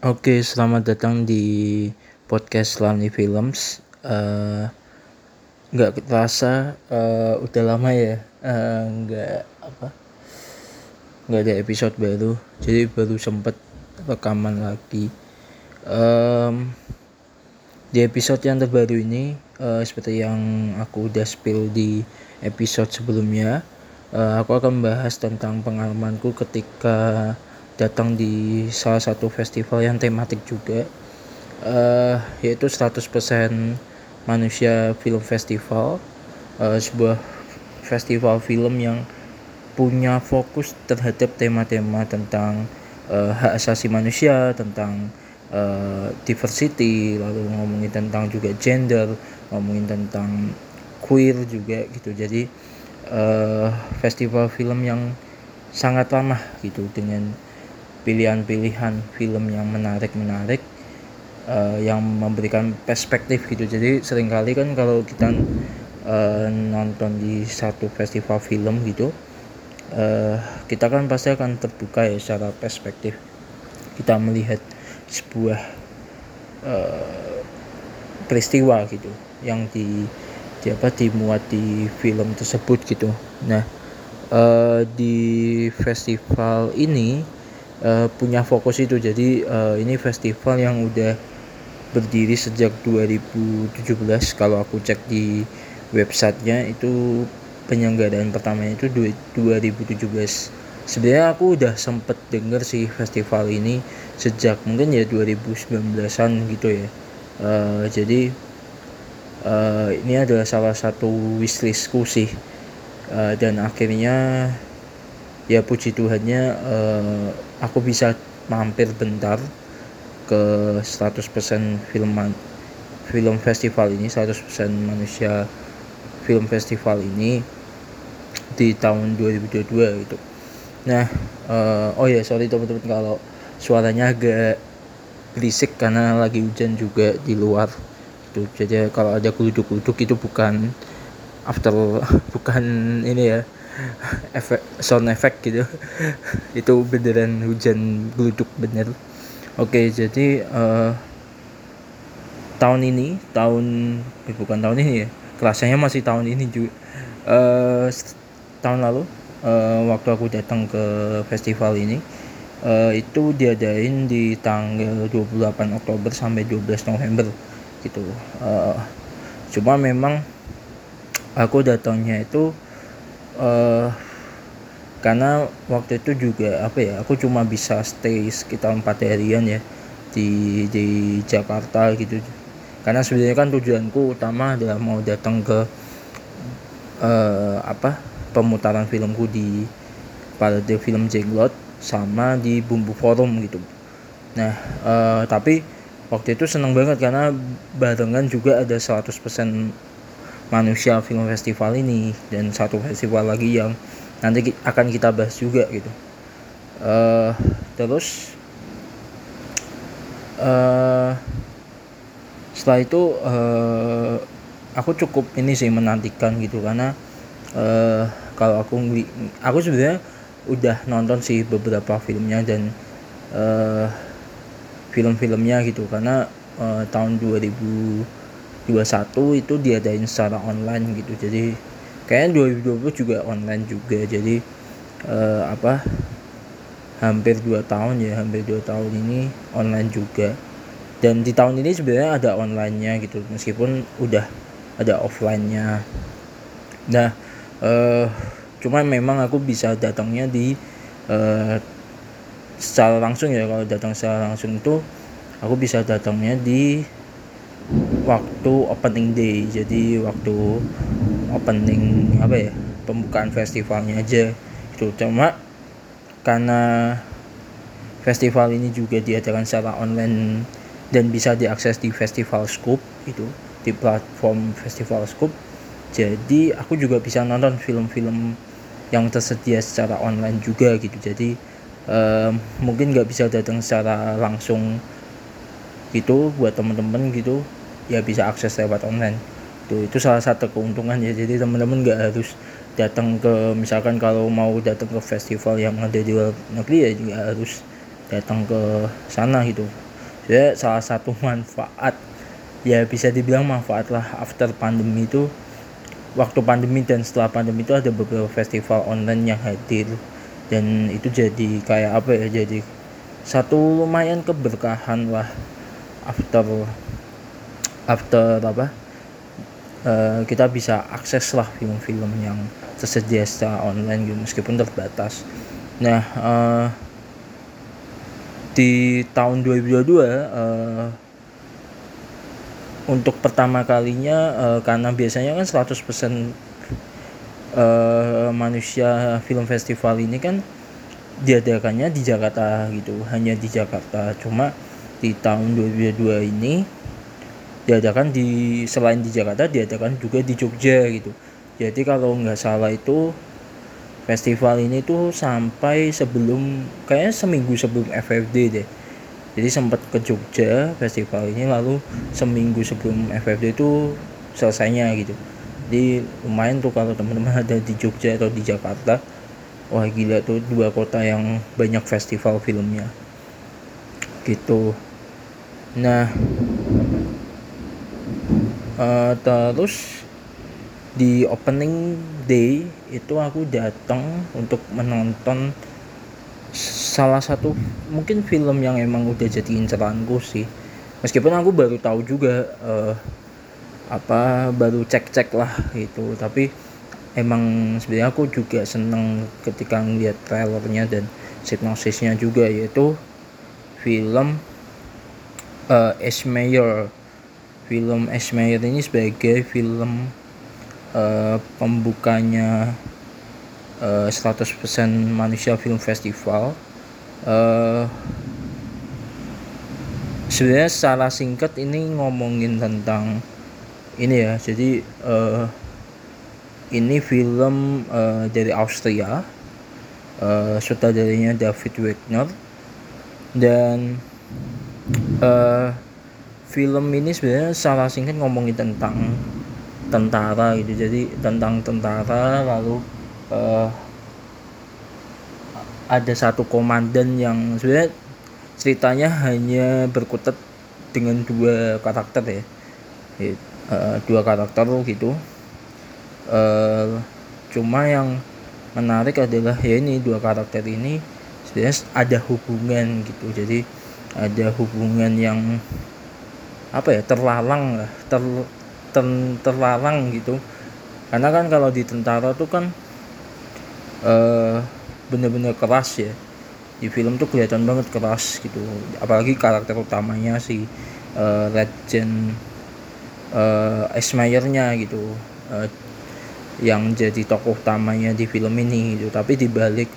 Oke, selamat datang di podcast Lamni Films. Nggak terasa udah lama ya, nggak ada episode baru, jadi baru sempet rekaman lagi. Di episode yang terbaru ini, seperti yang aku udah spill di episode sebelumnya, aku akan membahas tentang pengalamanku ketika datang di salah satu festival yang tematik juga, yaitu 100% Manusia Film Festival, sebuah festival film yang punya fokus terhadap tema-tema tentang hak asasi manusia, tentang diversity, lalu ngomongin tentang juga gender, ngomongin tentang queer juga gitu. Jadi festival film yang sangat ramah gitu, dengan pilihan-pilihan film yang menarik yang memberikan perspektif gitu. Jadi seringkali kan kalau kita nonton di satu festival film gitu, kita kan pasti akan terbuka ya secara perspektif. Kita melihat sebuah peristiwa gitu yang dimuat di film tersebut gitu. Nah, di festival ini punya fokus itu. Jadi ini festival yang udah berdiri sejak 2017. Kalau aku cek di websitenya itu penyelenggaraan pertamanya itu 2017. Sebenarnya aku udah sempet denger sih festival ini sejak mungkin ya 2019an gitu ya. Jadi ini adalah salah satu wishlistku sih, dan akhirnya ya puji Tuhannya aku bisa mampir bentar ke 100% film festival ini, 100% Manusia Film Festival ini di tahun 2022 gitu. Nah, oh ya sorry teman-teman kalau suaranya agak berisik karena lagi hujan juga di luar gitu. Jadi kalau ada geluduk-geluduk itu bukan bukan ini ya, sound effect gitu. Itu beneran hujan geluduk bener. Oke, jadi bukan tahun ini ya, kelasnya masih tahun ini juga. Tahun lalu waktu aku datang ke festival ini, itu diadain di tanggal 28 Oktober sampai 12 November gitu. Cuma memang aku datangnya itu karena waktu itu juga aku cuma bisa stay sekitar 4 harian ya di Jakarta gitu. Karena sebenarnya kan tujuanku utama adalah mau datang ke pemutaran filmku di Parade Film Jenglot sama di Bumbu Forum gitu. Nah, tapi waktu itu seneng banget karena barengan juga ada 100% Manusia Film Festival ini dan satu festival lagi yang nanti akan kita bahas juga gitu. Terus setelah itu aku cukup ini sih menantikan gitu, karena kalau aku sebenarnya udah nonton sih beberapa filmnya dan film-filmnya gitu, karena tahun 2021 itu diadain secara online gitu. Jadi kayaknya 2020 juga online juga. Jadi hampir 2 tahun ini online juga. Dan di tahun ini sebenarnya ada online-nya gitu, meskipun udah ada offline-nya. Nah, cuma memang aku bisa datangnya di secara langsung ya. Kalau datang secara langsung itu aku bisa datangnya di waktu opening day. Jadi waktu opening pembukaan festivalnya aja gitu. Cuma karena festival ini juga diadakan secara online dan bisa diakses di Festival Scoop itu, di platform Festival Scoop, jadi aku juga bisa nonton film-film yang tersedia secara online juga gitu. Jadi mungkin nggak bisa datang secara langsung gitu, buat teman-teman gitu ya bisa akses lewat online. Itu salah satu keuntungan ya. Jadi teman-teman nggak harus datang ke, misalkan kalau mau datang ke festival yang ada di luar negeri ya juga harus datang ke sana gitu. Jadi salah satu manfaat, ya bisa dibilang manfaat lah after pandemi itu, waktu pandemi dan setelah pandemi itu ada beberapa festival online yang hadir, dan itu jadi kayak apa ya, jadi satu lumayan keberkahan lah after apa kita bisa akses lah film-film yang tersedia secara online gitu, meskipun terbatas. Nah, di tahun 2022 untuk pertama kalinya, karena biasanya kan 100% manusia film festival ini kan diadakannya di Jakarta gitu, hanya di Jakarta. Cuma di tahun 2022 ini diadakan selain di Jakarta, diadakan juga di Jogja gitu. Jadi kalau nggak salah itu festival ini tuh sampai sebelum, kayaknya seminggu sebelum FFD deh. Jadi sempat ke Jogja festival ini, lalu seminggu sebelum FFD itu selesainya gitu. Jadi lumayan tuh kalau teman-teman ada di Jogja atau di Jakarta, wah gila tuh, dua kota yang banyak festival filmnya gitu. Nah, terus di opening day itu aku datang untuk menonton salah satu mungkin film yang emang udah jadi inceranku sih, meskipun aku baru tahu juga, baru cek lah gitu. Tapi emang sebenarnya aku juga seneng ketika ngeliat trailernya dan sinopsisnya juga, yaitu film Ash Mayer. Film Ash Mayer ini sebagai film pembukanya 100% Manusia Film Festival. Sebenarnya secara singkat ini ngomongin tentang ini ya. Jadi ini film dari Austria, sutradaranya David Wagner, dan film ini sebenarnya secara singkat ngomongin tentang tentara gitu. Jadi tentang tentara, lalu ada satu komandan yang sebenarnya ceritanya hanya berkutat dengan dua karakter ya, dua karakter gitu. Cuma yang menarik adalah ya ini dua karakter ini sebenarnya ada hubungan gitu. Jadi ada hubungan yang terlarang lah, terlarang gitu. Karena kan kalau di tentara tuh kan bener-bener keras ya. Di film tuh kelihatan banget keras gitu. Apalagi karakter utamanya si Legend Ash Mayer-nya gitu, yang jadi tokoh utamanya di film ini gitu. Tapi dibalik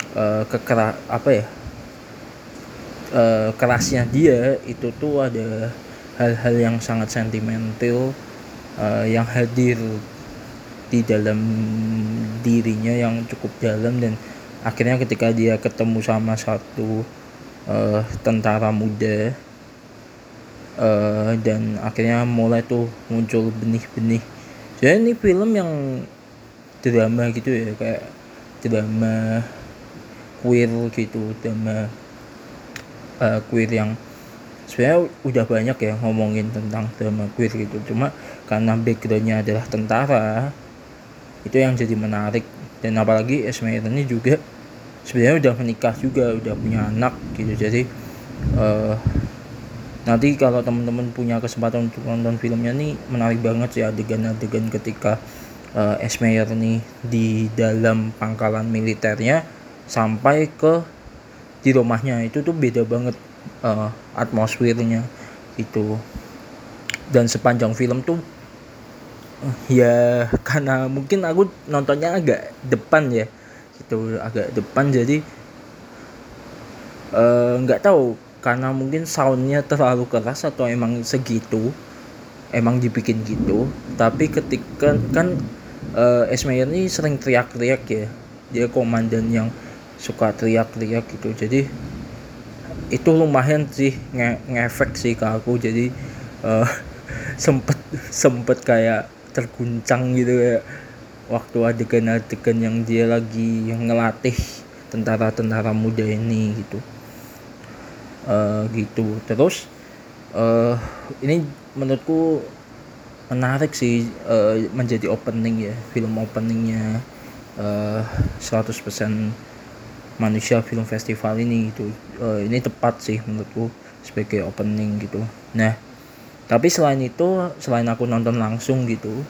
kerasnya dia itu tuh ada hal-hal yang sangat sentimental yang hadir di dalam dirinya yang cukup dalam. Dan akhirnya ketika dia ketemu sama satu tentara muda, dan akhirnya mulai tuh muncul benih-benih. Jadi ini film yang drama gitu ya, kayak drama queer gitu, drama queer yang sebenarnya udah banyak ya ngomongin tentang drama queer gitu. Cuma karena backgroundnya adalah tentara, itu yang jadi menarik. Dan apalagi Ash Mayer ini juga sebenarnya udah menikah juga, udah punya anak gitu. Jadi nanti kalau teman-teman punya kesempatan untuk nonton filmnya nih, menarik banget sih adegan-adegan ketika Ash Mayer nih di dalam pangkalan militernya sampai ke di rumahnya. Itu tuh beda banget atmosfernya itu. Dan sepanjang film tuh ya karena mungkin aku nontonnya agak depan ya gitu, agak depan, jadi nggak tahu karena mungkin soundnya terlalu keras atau emang segitu, emang dibikin gitu. Tapi ketika kan Ash Mayer ini sering teriak-teriak ya, dia komandan yang suka teriak-teriak gitu. Jadi itu lumayan sih ngefek sih ke aku. Jadi sempet kayak terguncang gitu, kayak waktu adegan-adegan yang dia lagi ngelatih tentara-tentara muda ini gitu. gitu. Terus ini menurutku menarik sih, menjadi opening ya, film openingnya 100% Manusia Film Festival ini gitu. Ini tepat sih menurutku sebagai opening gitu. Nah, tapi selain itu, selain aku nonton langsung gitu,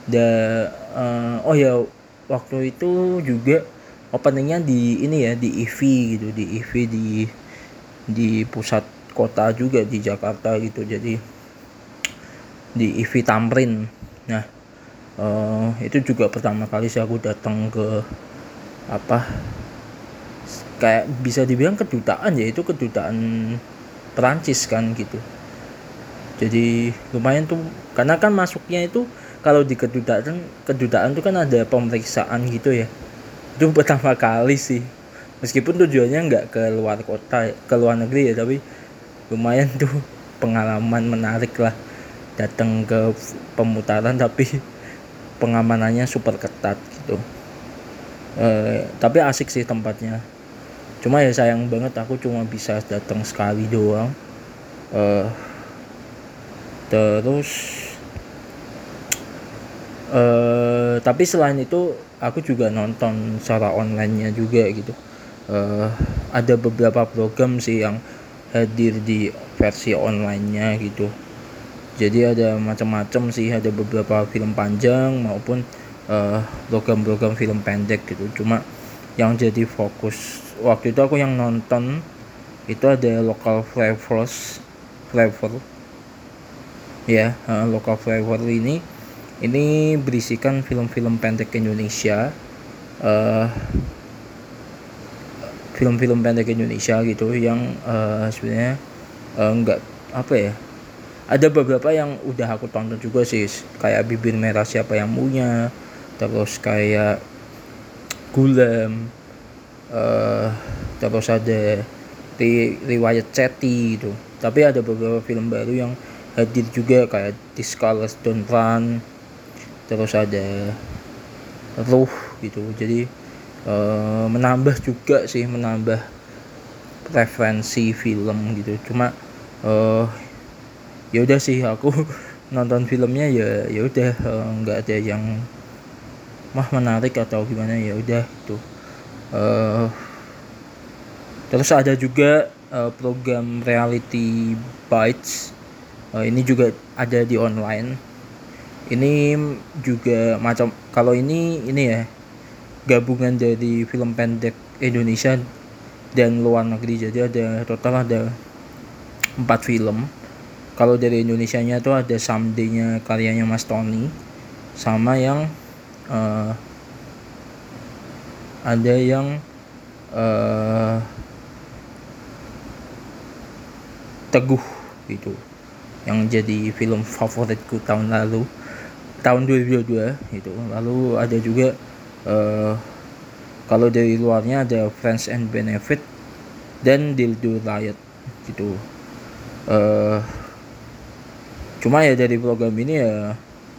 oh ya, waktu itu juga openingnya di ini ya, di EV gitu, di EV di pusat kota juga di Jakarta gitu. Jadi di EV Tamrin. Nah, itu juga pertama kali sih aku datang ke apa, kayak bisa dibilang kedutaan ya, itu kedutaan Perancis kan gitu. Jadi lumayan tuh, karena kan masuknya itu kalau di kedutaan tuh kan ada pemeriksaan gitu ya. Itu pertama kali sih, meskipun tujuannya nggak ke luar kota, ke luar negeri ya, tapi lumayan tuh pengalaman menarik lah, datang ke pemutaran tapi pengamanannya super ketat gitu. Tapi asik sih tempatnya, cuma ya sayang banget aku cuma bisa datang sekali doang. Terus tapi selain itu aku juga nonton secara online-nya juga gitu. Ada beberapa program sih yang hadir di versi online-nya gitu. Jadi ada macam-macam sih, ada beberapa film panjang maupun program-program film pendek gitu. Cuma yang jadi fokus waktu itu aku yang nonton itu ada Local Flavor ya. Local Flavor ini berisikan film-film pendek Indonesia, film-film pendek Indonesia gitu yang sebenarnya enggak apa ya, ada beberapa yang udah aku tonton juga sih, kayak Bibir Merah Siapa Yang Punya, terus kayak Gulem, terus ada Riwayat Ceti gitu. Tapi ada beberapa film baru yang hadir juga kayak This Colors Don't Run, terus ada Ruh gitu. Jadi menambah juga sih, menambah referensi film gitu. Cuma ya udah sih, aku nonton filmnya ya udah, nggak ada yang menarik atau gimana, ya udah gitu. Terus ada juga program Reality Bites, ini juga ada di online. Ini juga macam, kalau ini ya gabungan dari film pendek Indonesia dan luar negeri. Jadi ada total ada 4 film. Kalau dari Indonesianya tuh ada Someday-nya karyanya Mas Tony, sama yang ada yang Teguh gitu, yang jadi film favoritku tahun 2022 gitu. Lalu ada juga kalau dari luarnya ada Friends and Benefit dan Dildo Riot gitu. Cuma ya dari program ini ya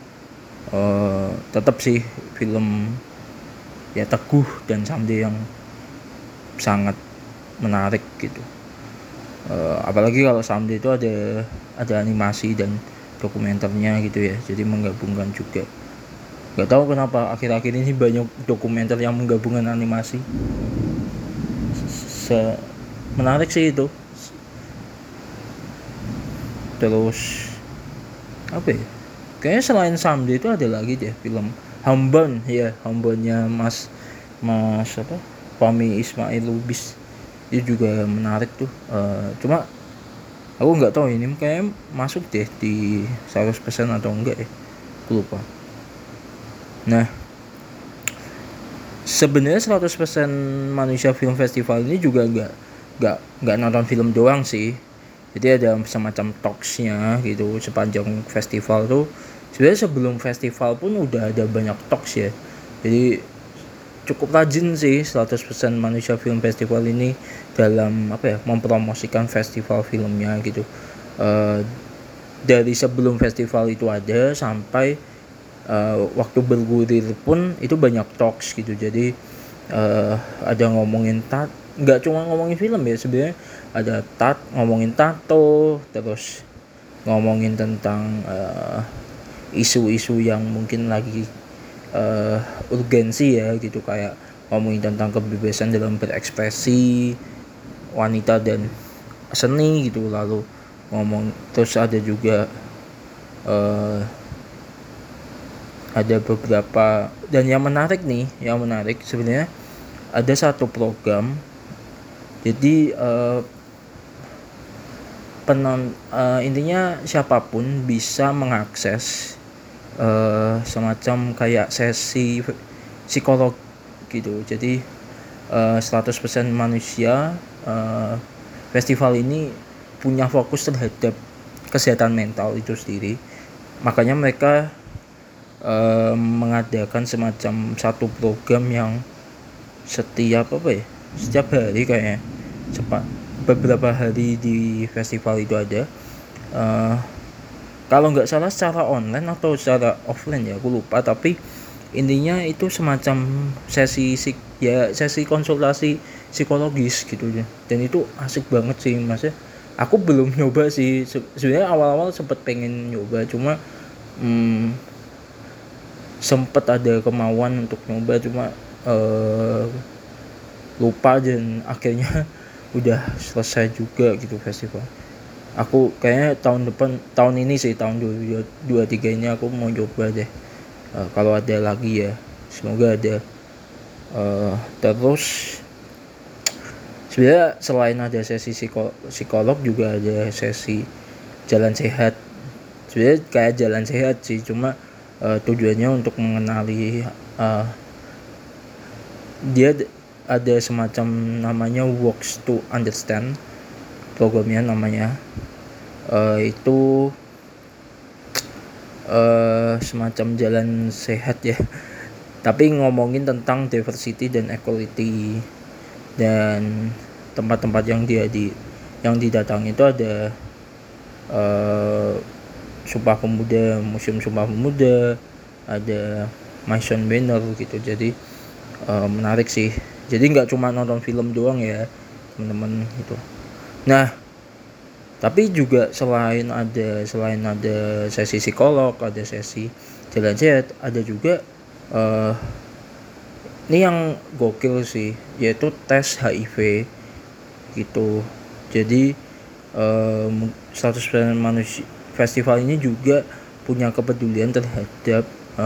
tetap sih film ya Teguh dan Someday yang sangat menarik gitu. Apalagi kalau Someday itu ada animasi dan dokumenternya gitu ya, jadi menggabungkan juga. Gak tahu kenapa akhir-akhir ini banyak dokumenter yang menggabungkan animasi. Menarik sih itu. Terus apa ya, kayaknya selain Someday itu ada lagi deh film Hamban ya, Hambannya Mas apa, Fahmi Ismail Lubis, itu juga menarik tuh. Cuma aku nggak tahu ini kayak masuk deh di 100% atau enggak ya, aku lupa. Nah, sebenarnya 100% Manusia Film Festival ini juga nggak nonton film doang sih. Jadi ada semacam talksnya gitu sepanjang festival tuh. Sebenarnya sebelum festival pun udah ada banyak talks ya. Jadi cukup rajin sih 100% Manusia Film Festival ini dalam apa ya, mempromosikan festival filmnya gitu. Dari sebelum festival itu ada sampai waktu bergulir pun itu banyak talks gitu. Jadi ada ngomongin nggak cuma ngomongin film ya, sebenarnya ada ngomongin tato, terus ngomongin tentang isu-isu yang mungkin lagi urgensi ya gitu, kayak ngomongin tentang kebebasan dalam berekspresi wanita dan seni gitu. Lalu terus ada juga ada beberapa, dan yang menarik sebenarnya ada satu program. Jadi intinya siapapun bisa mengakses semacam kayak sesi psikolog gitu. Jadi 100% manusia. Festival ini punya fokus terhadap kesehatan mental itu sendiri. Makanya mereka mengadakan semacam satu program yang setiap hari kayaknya, beberapa hari di festival itu ada. Kalau nggak salah secara online atau secara offline ya, aku lupa, tapi intinya itu semacam sesi konsultasi psikologis gitu ya. Dan itu asik banget sih Mas. Aku belum nyoba sih. Sebenarnya awal-awal sempet pengen nyoba, cuma sempet ada kemauan untuk nyoba, cuma lupa, dan akhirnya udah selesai juga gitu festival. Aku kayaknya tahun ini sih, tahun 2023 ini aku mau coba deh. Kalau ada lagi ya, semoga ada. Terus sebenarnya selain ada sesi psikolog juga ada sesi jalan sehat. Sebenarnya kayak jalan sehat sih, cuma tujuannya untuk mengenali, dia ada semacam namanya Walks to Understand, programnya namanya. Itu semacam jalan sehat ya, tapi ngomongin tentang diversity dan equality. Dan tempat-tempat yang didatangi itu ada Museum Sumpah Pemuda, ada Maison Banner gitu. Jadi menarik sih. Jadi nggak cuma nonton film doang ya teman-teman itu. Nah, tapi juga selain ada sesi psikolog, ada sesi jalan sehat, ada juga ini yang gokil sih, yaitu tes HIV gitu. Jadi 100% manusia, festival ini juga punya kepedulian terhadap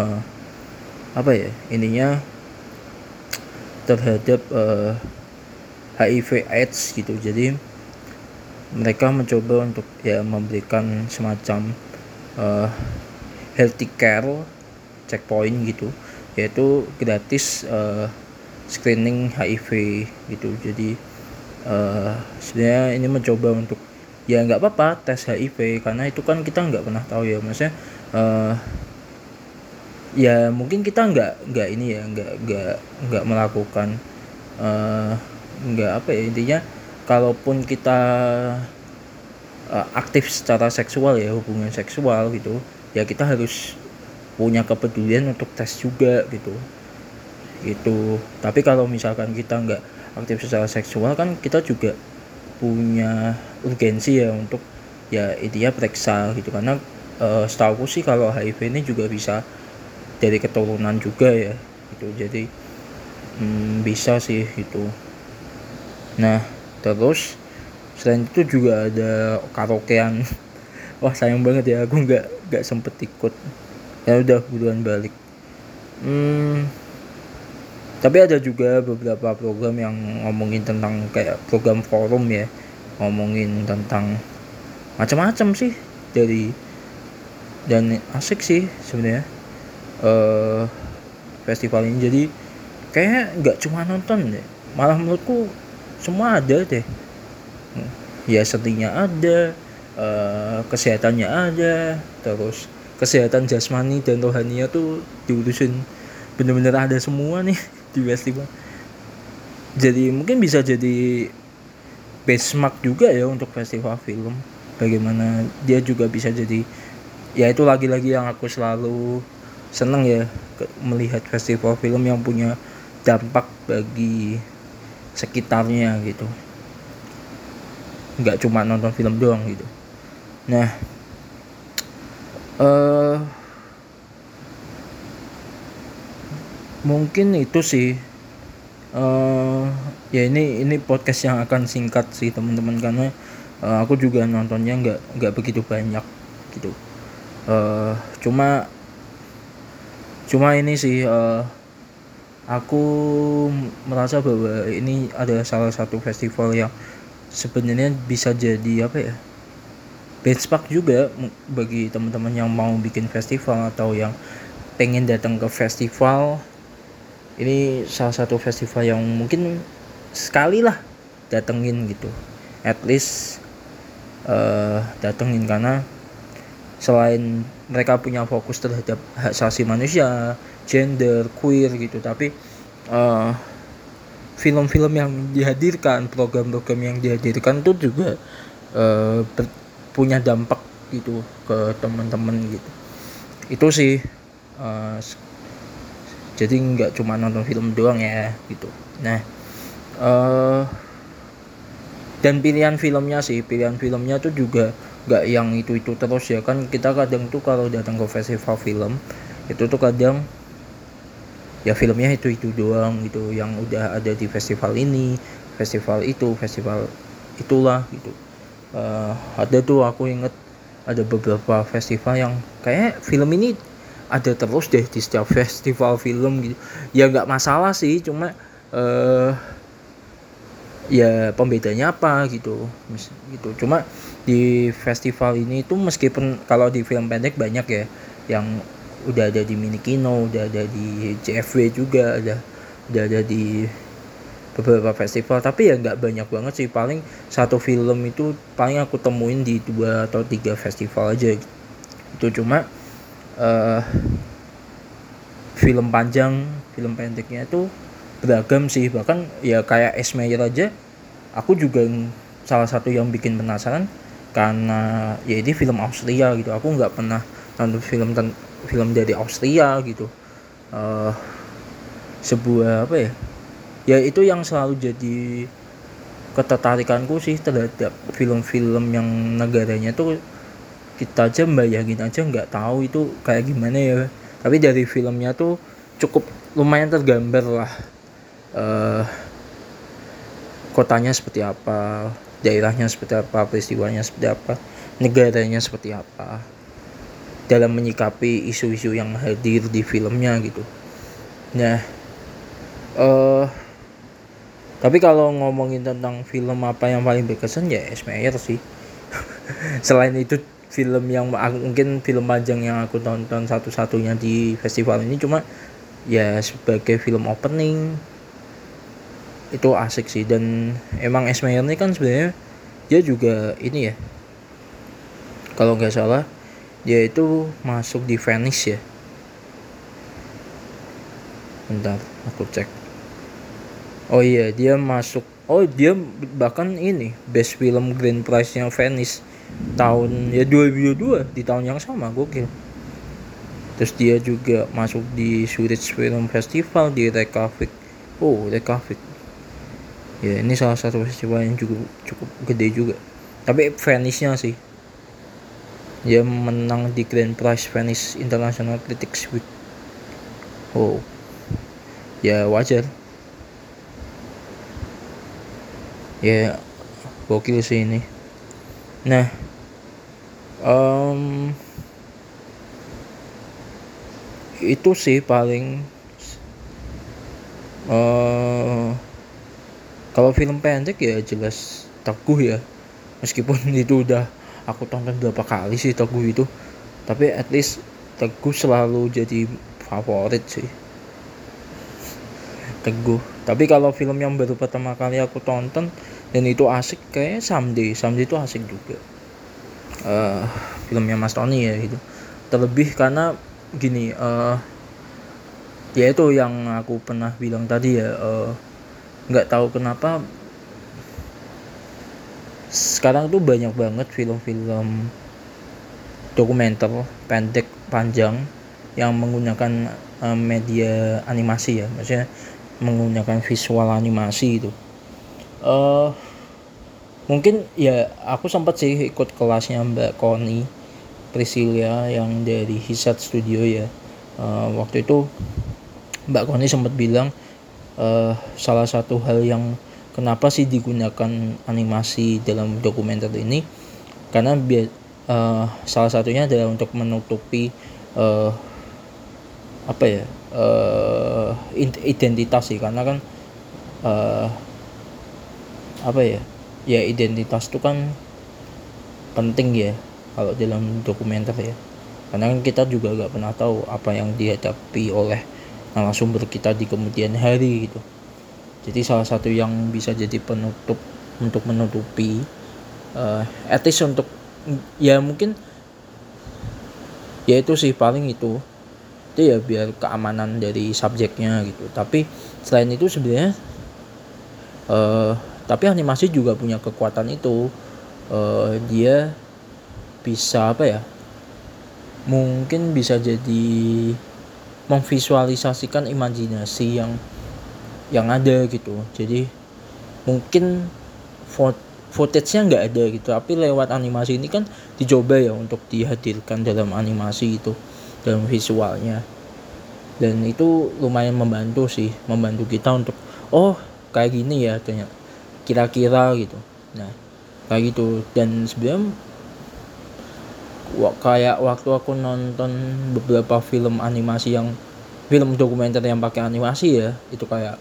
terhadap HIV AIDS gitu. Jadi mereka mencoba untuk memberikan semacam healthy care checkpoint gitu, yaitu gratis screening HIV gitu. Jadi sebenarnya ini mencoba untuk nggak apa-apa tes HIV, karena itu kan kita nggak pernah tahu ya, maksudnya mungkin kita nggak melakukan intinya kalaupun kita aktif secara seksual ya, hubungan seksual gitu ya, kita harus punya kepedulian untuk tes juga gitu. Tapi kalau misalkan kita nggak aktif secara seksual, kan kita juga punya urgensi ya untuk periksa gitu, karena setahu sih kalau HIV ini juga bisa dari keturunan juga ya gitu. Jadi bisa sih gitu. Nah, terus selain itu juga ada karaokean. Wah, sayang banget ya aku nggak sempet ikut. Ya udah buruan balik. Tapi ada juga beberapa program yang ngomongin tentang kayak program forum ya, ngomongin tentang macam-macam sih dan asik sih sebenarnya festival ini. Jadi kayak nggak cuma nonton deh, malah menurutku semua ada deh. Ya seninya ada, kesehatannya ada, terus kesehatan jasmani dan rohaninya tuh diurusin bener-bener ada semua nih di festival. Jadi mungkin bisa jadi benchmark juga ya untuk festival film, bagaimana dia juga bisa jadi, ya itu lagi-lagi yang aku selalu seneng ya, melihat festival film yang punya dampak bagi sekitarnya gitu. nggak cuma nonton film doang gitu. Nah, uh, mungkin itu sih. Ya ini podcast yang akan singkat sih teman-teman, karena aku juga nontonnya nggak begitu banyak gitu. Cuma ini sih, aku merasa bahwa ini adalah salah satu festival yang sebenarnya bisa jadi apa ya, benchmark juga bagi teman-teman yang mau bikin festival atau yang pengen datang ke festival. Ini salah satu festival yang mungkin sekali lah datengin gitu, at least datengin, karena selain mereka punya fokus terhadap hak asasi manusia, gender, queer gitu, tapi film-film yang dihadirkan, program-program yang dihadirkan itu juga punya dampak gitu ke teman-teman gitu. Itu sih, jadi nggak cuma nonton film doang ya gitu. Nah, dan pilihan filmnya tuh juga nggak yang itu terus ya kan. Kita kadang tuh kalau datang ke festival film itu tuh kadang ya filmnya itu doang gitu yang udah ada di festival ini, festival itu, festival itulah gitu. Ada tuh, aku inget ada beberapa festival yang kayak film ini ada terus deh di setiap festival film gitu. Ya nggak masalah sih, cuma ya pembedanya apa gitu. Cuma di festival ini tuh meskipun kalau di film pendek banyak ya yang udah ada di Minikino, udah ada di JFW juga, udah ada di beberapa festival, tapi ya nggak banyak banget sih. Paling satu film itu paling aku temuin di 2 atau 3 festival aja itu. Cuma film panjang, film pendeknya itu beragam sih. Bahkan ya kayak Esmeyer aja aku juga salah satu yang bikin penasaran, karena ya ini film Austria gitu. Aku nggak pernah nonton film dari Austria gitu. Sebuah apa ya, ya itu yang selalu jadi ketertarikanku sih terhadap film-film yang negaranya tuh kita aja bayangin aja nggak tahu itu kayak gimana ya, tapi dari filmnya tuh cukup lumayan tergambar lah, kotanya seperti apa, daerahnya seperti apa, peristiwanya seperti apa, negaranya seperti apa dalam menyikapi isu-isu yang hadir di filmnya gitu. Nah, tapi kalau ngomongin tentang film apa yang paling berkesan ya Esmeyer sih. Selain itu film yang mungkin film panjang yang aku tonton satu-satunya di festival ini, cuma ya sebagai film opening itu asik sih. Dan emang Esmeyer ini kan sebenarnya dia juga ini ya, kalau nggak salah dia itu masuk di Venice ya. Bentar aku cek. Oh iya, dia masuk. Oh, dia bahkan ini Best Film Grand Prize-nya Venice tahun ya 2022, di tahun yang sama, gokil. Terus dia juga masuk di Zurich Film Festival di Reykjavik. Oh, Reykjavik. Ya, ini salah satu festival yang cukup gede juga. Tapi Venice-nya sih. Dia menang di Grand Prize Venice International Critics Week. Oh. Ya wajar. Ya gokil sih ini. Nah, itu sih paling. Kalau film pendek ya jelas Teguh ya. Meskipun itu udah aku tonton berapa kali sih Teguh itu, tapi at least Teguh selalu jadi favorit sih, Teguh. Tapi kalau film yang baru pertama kali aku tonton dan itu asik kayak Someday itu asik juga. Filmnya Mas Tony ya gitu. Terlebih karena gini, ya itu yang aku pernah bilang tadi ya, nggak tahu kenapa sekarang tuh banyak banget film-film dokumenter pendek panjang yang menggunakan media animasi ya, maksudnya menggunakan visual animasi itu. Mungkin ya aku sempat sih ikut kelasnya Mbak Koni Priscilia yang dari Hisat Studio ya. Waktu itu Mbak Koni sempat bilang salah satu hal yang kenapa sih digunakan animasi dalam dokumenter ini, karena salah satunya adalah untuk menutupi identitas sih, karena kan identitas itu kan penting ya kalau dalam dokumenter ya, karena kan kita juga gak pernah tahu apa yang dihadapi oleh narasumber kita di kemudian hari gitu. Jadi salah satu yang bisa jadi penutup untuk menutupi etis untuk ya mungkin ya itu sih paling itu ya biar keamanan dari subjeknya gitu. Tapi selain itu sebenarnya tapi animasi juga punya kekuatan itu, dia bisa mungkin bisa jadi memvisualisasikan imajinasi yang ada gitu. Jadi mungkin footage-nya nggak ada gitu, tapi lewat animasi ini kan dicoba ya untuk dihadirkan dalam animasi itu, dalam visualnya, dan itu lumayan membantu kita untuk kayak gini ya ternyata kira-kira gitu. Nah kayak gitu. Dan sebenarnya kayak waktu aku nonton beberapa film dokumenter yang pakai animasi ya, itu kayak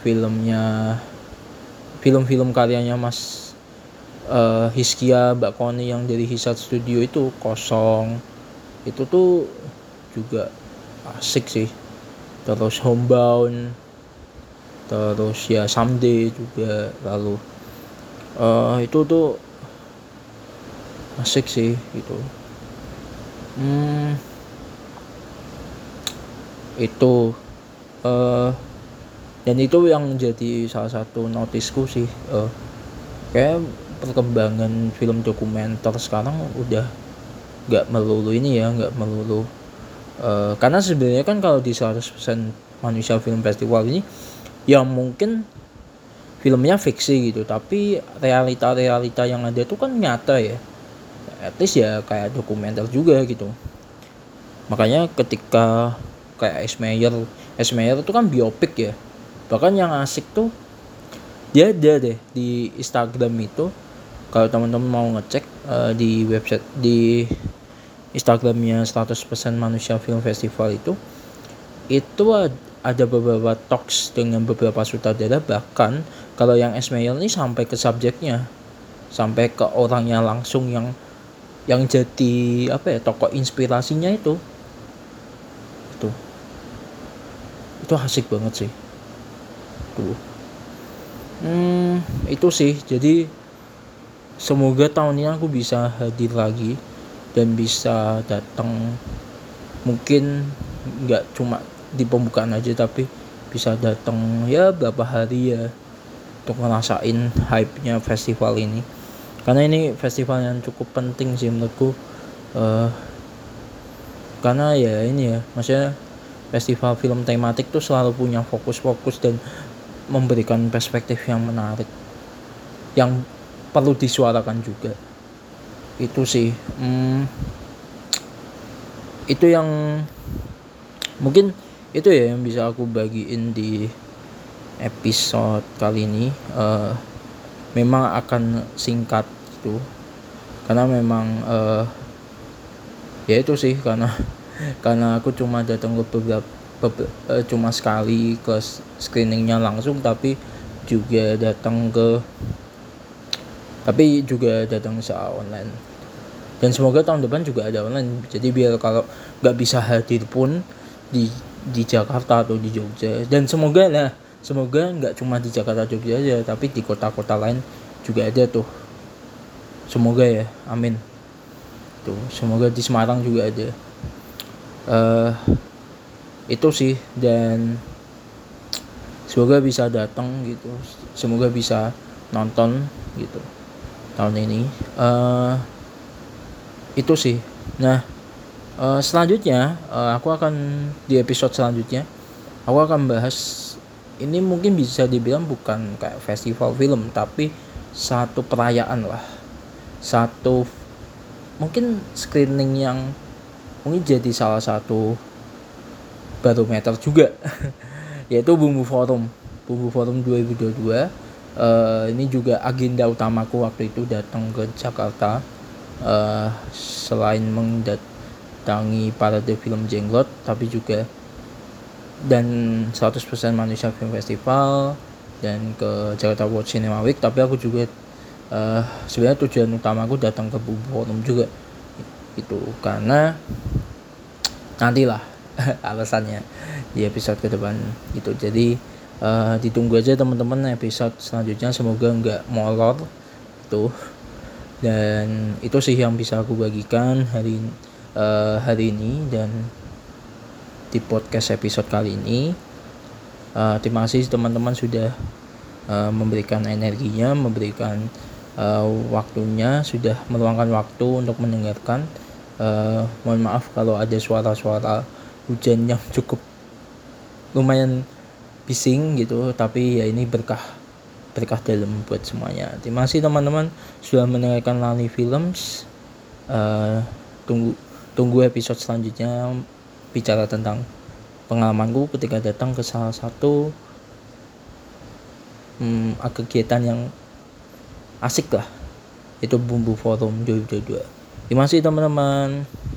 film karyanya Mas Hiskia Mbak Koni yang dari Hisat Studio itu Kosong, itu tuh juga asik sih. Terus Homebound, terus ya Someday juga, lalu itu tuh asik sih gitu. Itu dan itu yang jadi salah satu notisku sih, kayak perkembangan film dokumenter sekarang udah nggak melulu karena sebenarnya kan kalau di 100% Manusia Film Festival ini ya mungkin filmnya fiksi gitu, tapi realita yang ada tuh kan nyata ya, at least ya kayak dokumenter juga gitu. Makanya ketika kayak Esmeyer itu kan biopik ya, bahkan yang asik tuh dia ada deh di Instagram itu, kalau teman-teman mau ngecek di website di Instagramnya 100% Manusia Film Festival itu ada beberapa talks dengan beberapa sutradara. Bahkan kalau yang Esmail ini sampai ke subjeknya, sampai ke orangnya langsung yang jadi tokoh inspirasinya itu asik banget sih tuh. Itu sih, jadi semoga tahun ini aku bisa hadir lagi dan bisa datang, mungkin nggak cuma di pembukaan aja, tapi bisa datang ya berapa hari ya untuk ngerasain hype-nya festival ini, karena ini festival yang cukup penting sih menurutku, karena ya ini ya, maksudnya festival film tematik tuh selalu punya fokus dan memberikan perspektif yang menarik yang perlu disuarakan juga. Itu sih itu yang mungkin itu ya yang bisa aku bagiin di episode kali ini. Memang akan singkat gitu, karena memang ya itu sih, karena aku cuma datang ke cuma sekali ke screeningnya langsung, tapi juga datang secara online, dan semoga tahun depan juga ada online, jadi biar kalau nggak bisa hadir pun di Jakarta atau di Jogja, dan semoga nggak cuma di Jakarta Jogja aja, tapi di kota-kota lain juga ada tuh, semoga ya, amin. Tuh semoga di Semarang juga ada. Itu sih, dan semoga bisa datang gitu, semoga bisa nonton gitu tahun ini. Itu sih. Nah selanjutnya aku akan di episode selanjutnya aku akan bahas, ini mungkin bisa dibilang bukan kayak festival film, tapi satu perayaan lah, satu mungkin screening yang mungkin jadi salah satu barometer juga yaitu Bumbu Forum 2022. Ini juga agenda utamaku waktu itu datang ke Jakarta, selain mendatangi Parade Film Jenglot, tapi juga dan 100% Manusia Film Festival dan ke Jakarta World Cinema Week. Tapi aku juga sebenarnya tujuan utamaku datang ke Bumbu Forum juga itu karena nantilah alasannya di episode ke depan gitu. Jadi ditunggu aja teman-teman episode selanjutnya, semoga nggak molor tuh. Dan itu sih yang bisa aku bagikan hari ini dan di podcast episode kali ini. Terima kasih teman-teman sudah memberikan energinya, memberikan waktunya, sudah meluangkan waktu untuk mendengarkan. Mohon maaf kalau ada suara-suara hujan yang cukup lumayan bising gitu, tapi ya ini berkah dalam buat semuanya. Terima kasih teman-teman sudah mendengarkan Lali Films. Tunggu episode selanjutnya bicara tentang pengalamanku ketika datang ke salah satu kegiatan yang asik lah, itu Bumbu Forum 2022. Terima kasih teman-teman.